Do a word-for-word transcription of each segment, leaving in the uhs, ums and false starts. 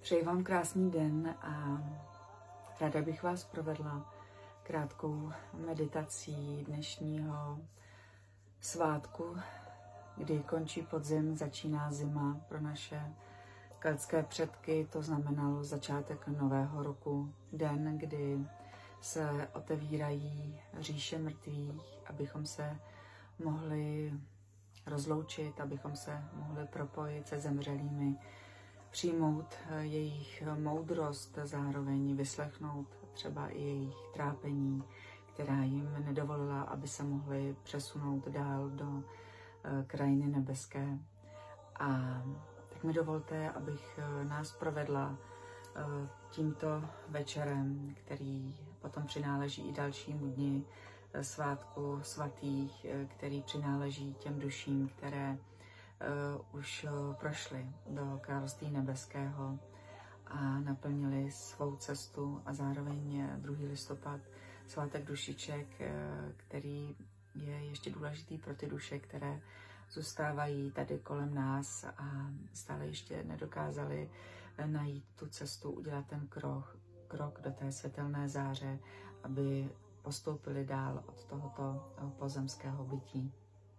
Přeji vám krásný den a ráda bych vás provedla krátkou meditací dnešního svátku, kdy končí podzim, začíná zima. Pro naše keltské předky to znamenalo začátek nového roku, den, kdy se otevírají říše mrtvých, abychom se mohli rozloučit, abychom se mohli propojit se zemřelými, přijmout jejich moudrost, zároveň vyslechnout třeba i jejich trápení, která jim nedovolila, aby se mohli přesunout dál do krajiny nebeské. A tak mi dovolte, abych nás provedla tímto večerem, který potom přináleží i dalšímu dni svátku svatých, který přináleží těm duším, které uh, už uh, prošly do království nebeského a naplnili svou cestu, a zároveň druhý listopad, svátek dušiček, uh, který je ještě důležitý pro ty duše, které zůstávají tady kolem nás a stále ještě nedokázali najít tu cestu, udělat ten krok, krok do té světelné záře, aby postoupili dál od tohoto pozemského bytí.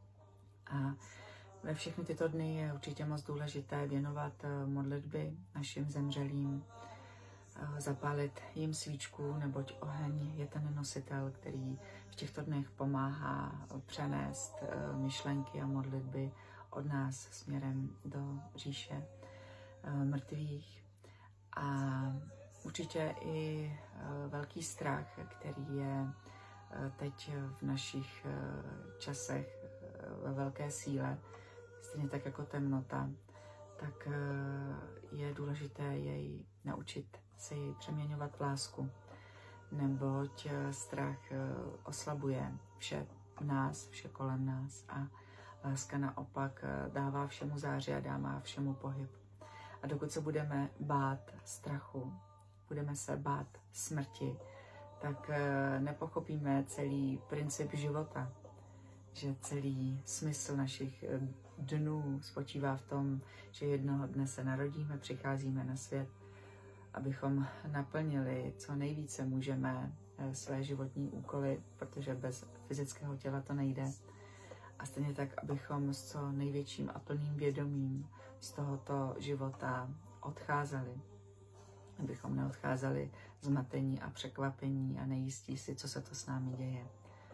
A ve všechny tyto dny je určitě moc důležité věnovat modlitby našim zemřelým, zapálit jim svíčku, neboť oheň je ten nositel, který v těchto dnech pomáhá přenést myšlenky a modlitby od nás směrem do říše mrtvých. A určitě i velký strach, který je teď v našich časech ve velké síle, stejně tak jako temnota, tak je důležité jej naučit se jej přeměňovat v lásku, neboť strach oslabuje vše v nás, vše kolem nás, a láska naopak dává všemu záři a dává všemu pohyb. A dokud se budeme bát strachu, budeme se bát smrti, tak nepochopíme celý princip života, že celý smysl našich dnů spočívá v tom, že jednoho dne se narodíme, přicházíme na svět, abychom naplnili co nejvíce můžeme své životní úkoly, protože bez fyzického těla to nejde. A stejně tak, abychom s co největším a plným vědomím z tohoto života odcházeli. Abychom neodcházeli zmatení a překvapení a nejistí si, co se to s námi děje.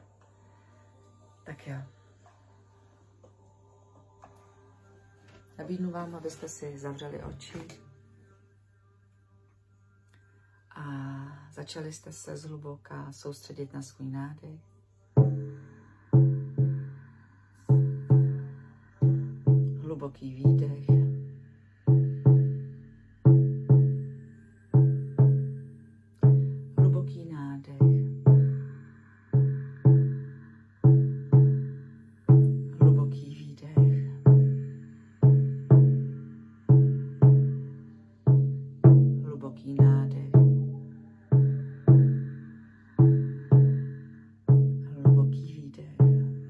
Tak já. Nabídnu vám, abyste si zavřeli oči a začali jste se zhluboka soustředit na svůj nádech. Hluboký výdech. Hluboký nádech. Hluboký výdech. Hluboký nádech. Hluboký výdech.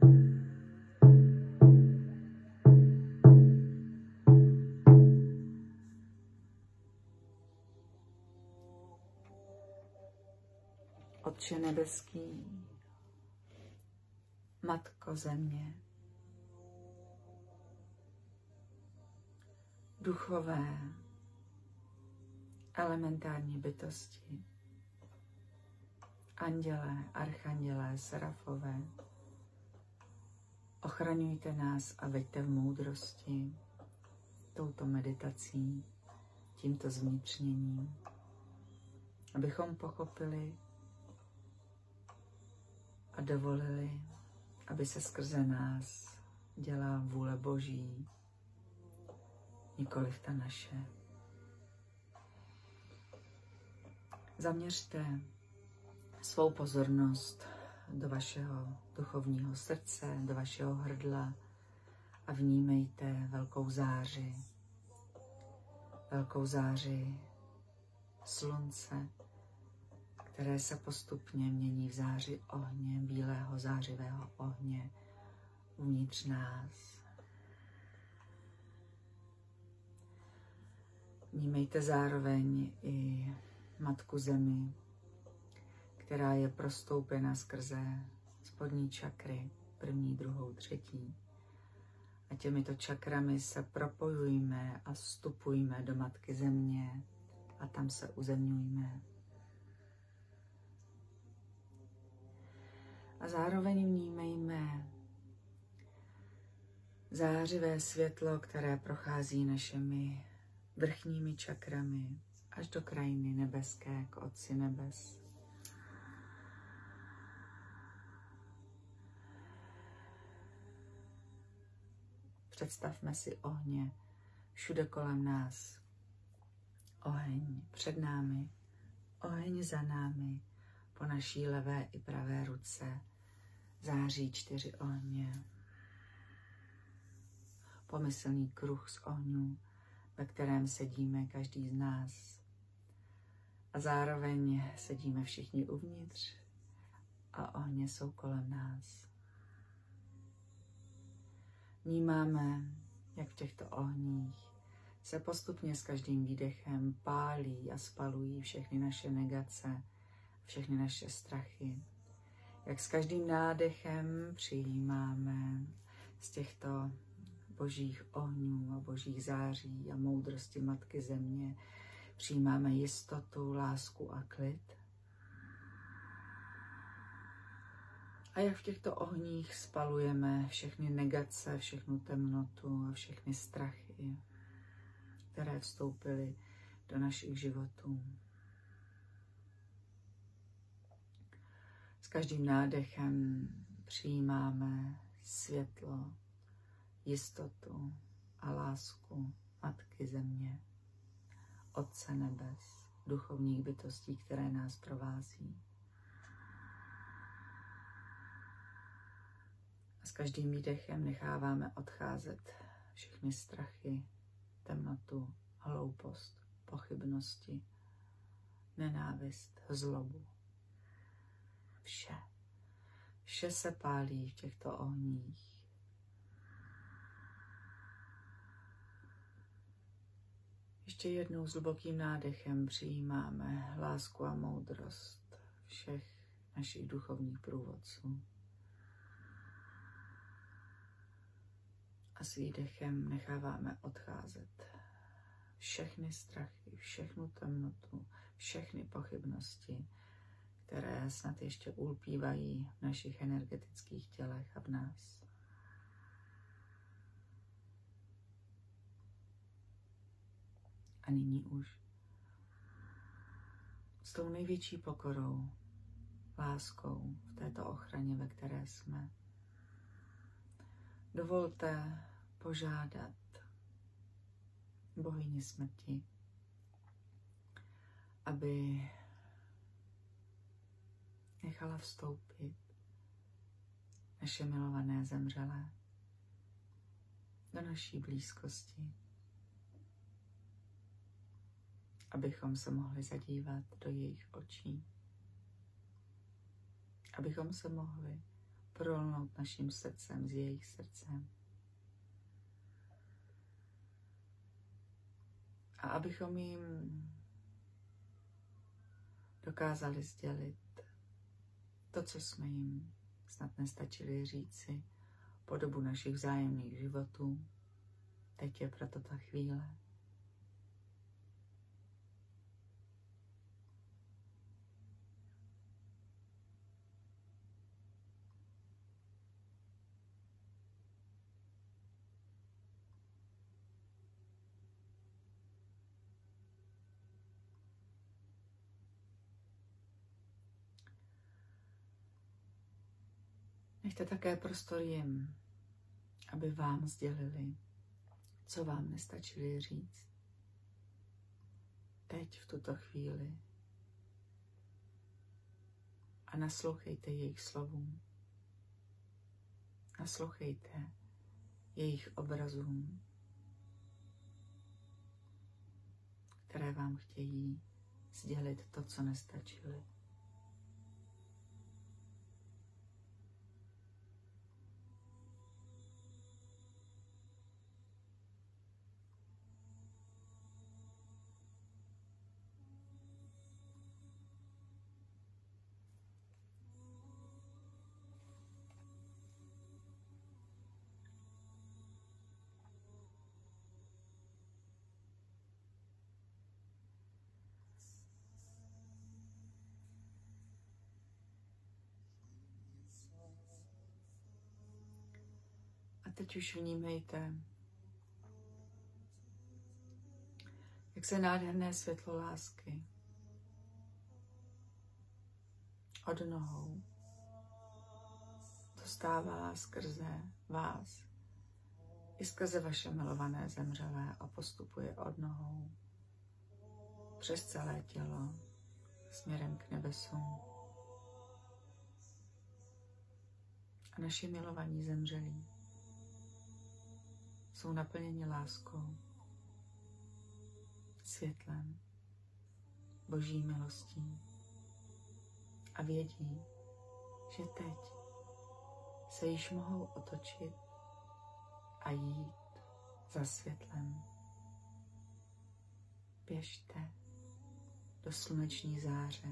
Otče nebeský, Matko země, duchové, elementární bytosti, andělé, archandělé, serafové, ochraňujte nás a veďte v moudrosti touto meditací, tímto zvnitřněním, abychom pochopili a dovolili, aby se skrze nás dělá vůle Boží, nikoliv ta naše. Zaměřte svou pozornost do vašeho duchovního srdce, do vašeho hrdla a vnímejte velkou záři, velkou záři slunce, které se postupně mění v záři ohně, bílého zářivého ohně uvnitř nás. Vnímejte zároveň i Matku Zemi, která je prostoupena skrze spodní čakry, první, druhou, třetí. A těmito čakrami se propojujme a vstupujme do Matky Země a tam se uzemňujme. A zároveň vnímejme zářivé světlo, které prochází našimi vrchními čakrami až do krajiny nebeské, k Otci nebes. Představme si ohně všude kolem nás. Oheň před námi, oheň za námi, po naší levé i pravé ruce září čtyři ohně. Pomyslný kruh z ohňů, ve kterém sedíme každý z nás. A zároveň sedíme všichni uvnitř a ohně jsou kolem nás. Vnímáme, jak v těchto ohních se postupně s každým výdechem pálí a spalují všechny naše negace, všechny naše strachy. Jak s každým nádechem přijímáme z těchto božích ohňů a božích září a moudrosti Matky Země, přijímáme jistotu, lásku a klid. A jak v těchto ohních spalujeme všechny negace, všechnu temnotu a všechny strachy, které vstoupily do našich životů. S každým nádechem přijímáme světlo, jistotu a lásku Matky Země, Otce nebes, duchovních bytostí, které nás provází. A s každým výdechem necháváme odcházet všechny strachy, temnotu, hloupost, pochybnosti, nenávist, zlobu. Vše. Vše se pálí v těchto ohních. Ještě jednou s hlubokým nádechem přijímáme lásku a moudrost všech našich duchovních průvodců. A s výdechem necháváme odcházet všechny strachy, všechnu temnotu, všechny pochybnosti, které snad ještě ulpívají v našich energetických tělech a v nás. A nyní už s tou největší pokorou, láskou v této ochraně, ve které jsme, dovolte požádat bohyni smrti, aby nechala vstoupit naše milované zemřelé do naší blízkosti, abychom se mohli zadívat do jejich očí, abychom se mohli prolnout naším srdcem s jejich srdcem a abychom jim dokázali sdělit to, co jsme jim snad nestačili říci po dobu našich vzájemných životů. Teď je proto ta chvíle. Nechte také prostor jim, aby vám sdělili, co vám nestačili říct. Teď, v tuto chvíli. A naslouchejte jejich slovům. Naslouchejte jejich obrazům, které vám chtějí sdělit to, co nestačili. teď už vnímejte, jak se nádherné světlo lásky od nohou dostává skrze vás i skrze vaše milované zemřelé a postupuje od nohou přes celé tělo směrem k nebesům. A naši milovaní zemřelí jsou naplněni láskou, světlem, Boží milostí a vědí, že teď se již mohou otočit a jít za světlem. Běžte do sluneční záře,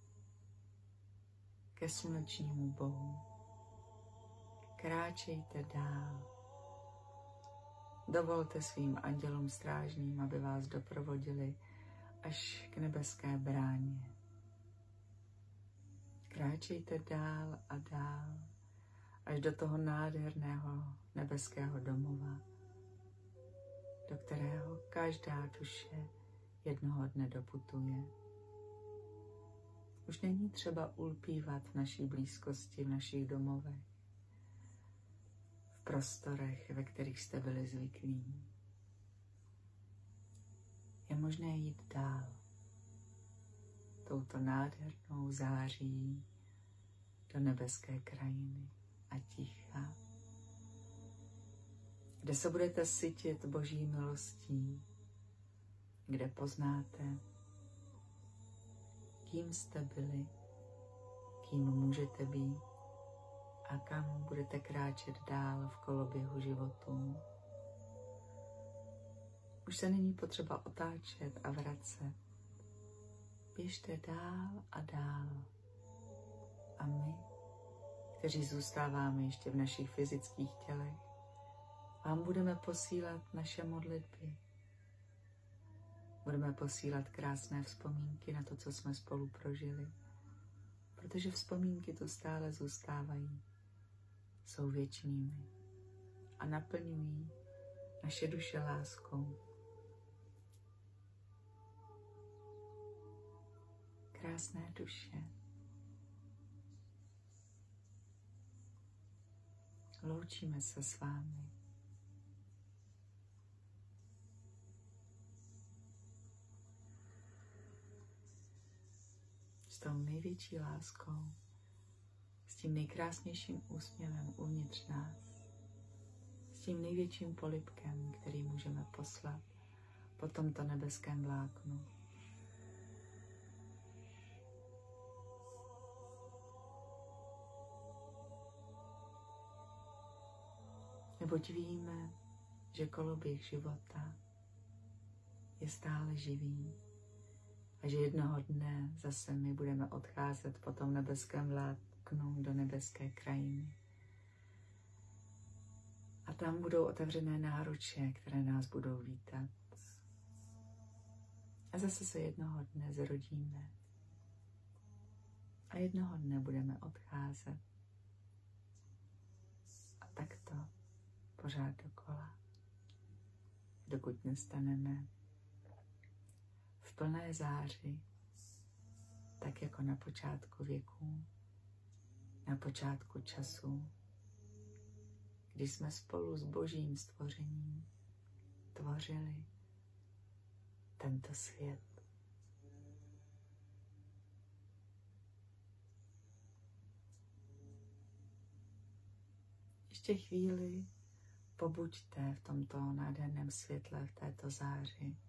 ke slunečnímu Bohu. Kráčejte dál. Dovolte svým andělům strážným, aby vás doprovodili až k nebeské bráně. Kráčejte dál a dál, až do toho nádherného nebeského domova, do kterého každá duše jednoho dne doputuje. Už není třeba ulpívat v naší blízkosti, v našich domovech, v prostorech, ve kterých jste byli zvyklí. Je možné jít dál touto nádhernou září do nebeské krajiny a ticha, kde se budete sytit Boží milostí, kde poznáte, kým jste byli, kým můžete být a kam budete kráčet dál v koloběhu životů. Už se není potřeba otáčet a vracet. Běžte dál a dál. A my, kteří zůstáváme ještě v našich fyzických tělech, vám budeme posílat naše modlitby. Budeme posílat krásné vzpomínky na to, co jsme spolu prožili, protože vzpomínky tu stále zůstávají, jsou věčnými a naplňují naše duše láskou. Krásné duše, loučíme se s vámi. S tou největší láskou, s tím nejkrásnějším úsměvem uvnitř nás, s tím největším polibkem, který můžeme poslat po tomto nebeském vláknu. Neboť víme, že koloběh života je stále živý a že jednoho dne zase my budeme odcházet po tom nebeském vláknu do nebeské krajiny. A tam budou otevřené náruče, které nás budou vítat. A zase se jednoho dne zrodíme. A jednoho dne budeme odcházet. A takto pořád dokola, dokud nestaneme v plné záři, tak jako na počátku věků, na počátku času, kdy jsme spolu s Božím stvořením tvořili tento svět. Ještě chvíli pobuďte v tomto nádherném světle, v této záři.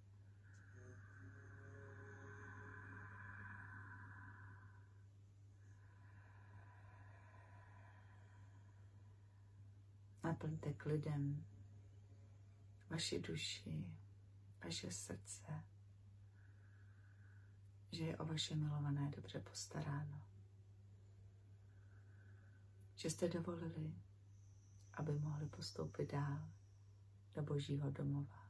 Naplňte klidem vaši duši, vaše srdce, že je o vaše milované dobře postaráno. Že jste dovolili, aby mohli postoupit dál do Božího domova.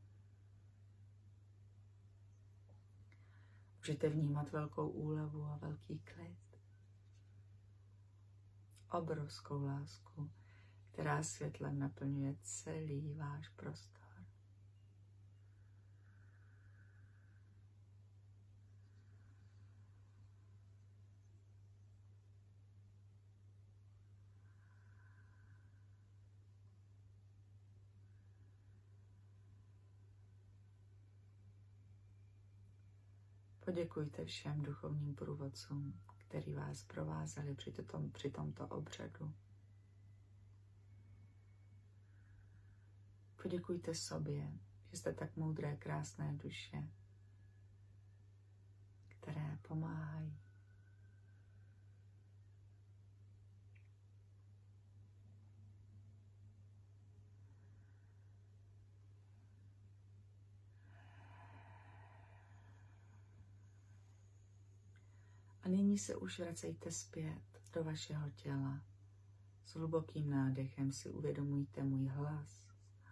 Můžete vnímat velkou úlevu a velký klid. Obrovskou lásku, která světlem naplňuje celý váš prostor. Poděkujte všem duchovním průvodcům, kteří vás provázeli při, tom, při tomto obřadu. Poděkujte sobě, že jste tak moudré, krásné duše, které pomáhají. A nyní se už vracejte zpět do vašeho těla. S hlubokým nádechem si uvědomujte můj hlas.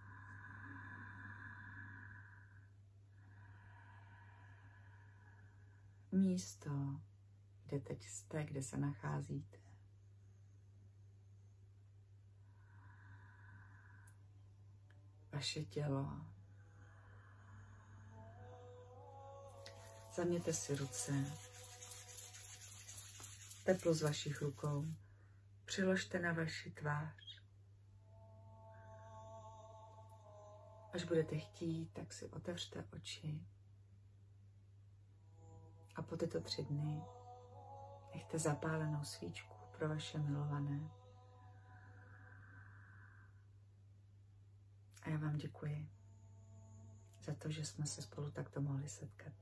Místo, kde teď jste, kde se nacházíte. Vaše tělo. Zaměte si ruce. Teplo z vašich rukou přiložte na vaši tvář. Až budete chtít, tak si otevřte oči. A po tyto tři dny nechte zapálenou svíčku pro vaše milované. A já vám děkuji za to, že jsme se spolu takto mohli setkat.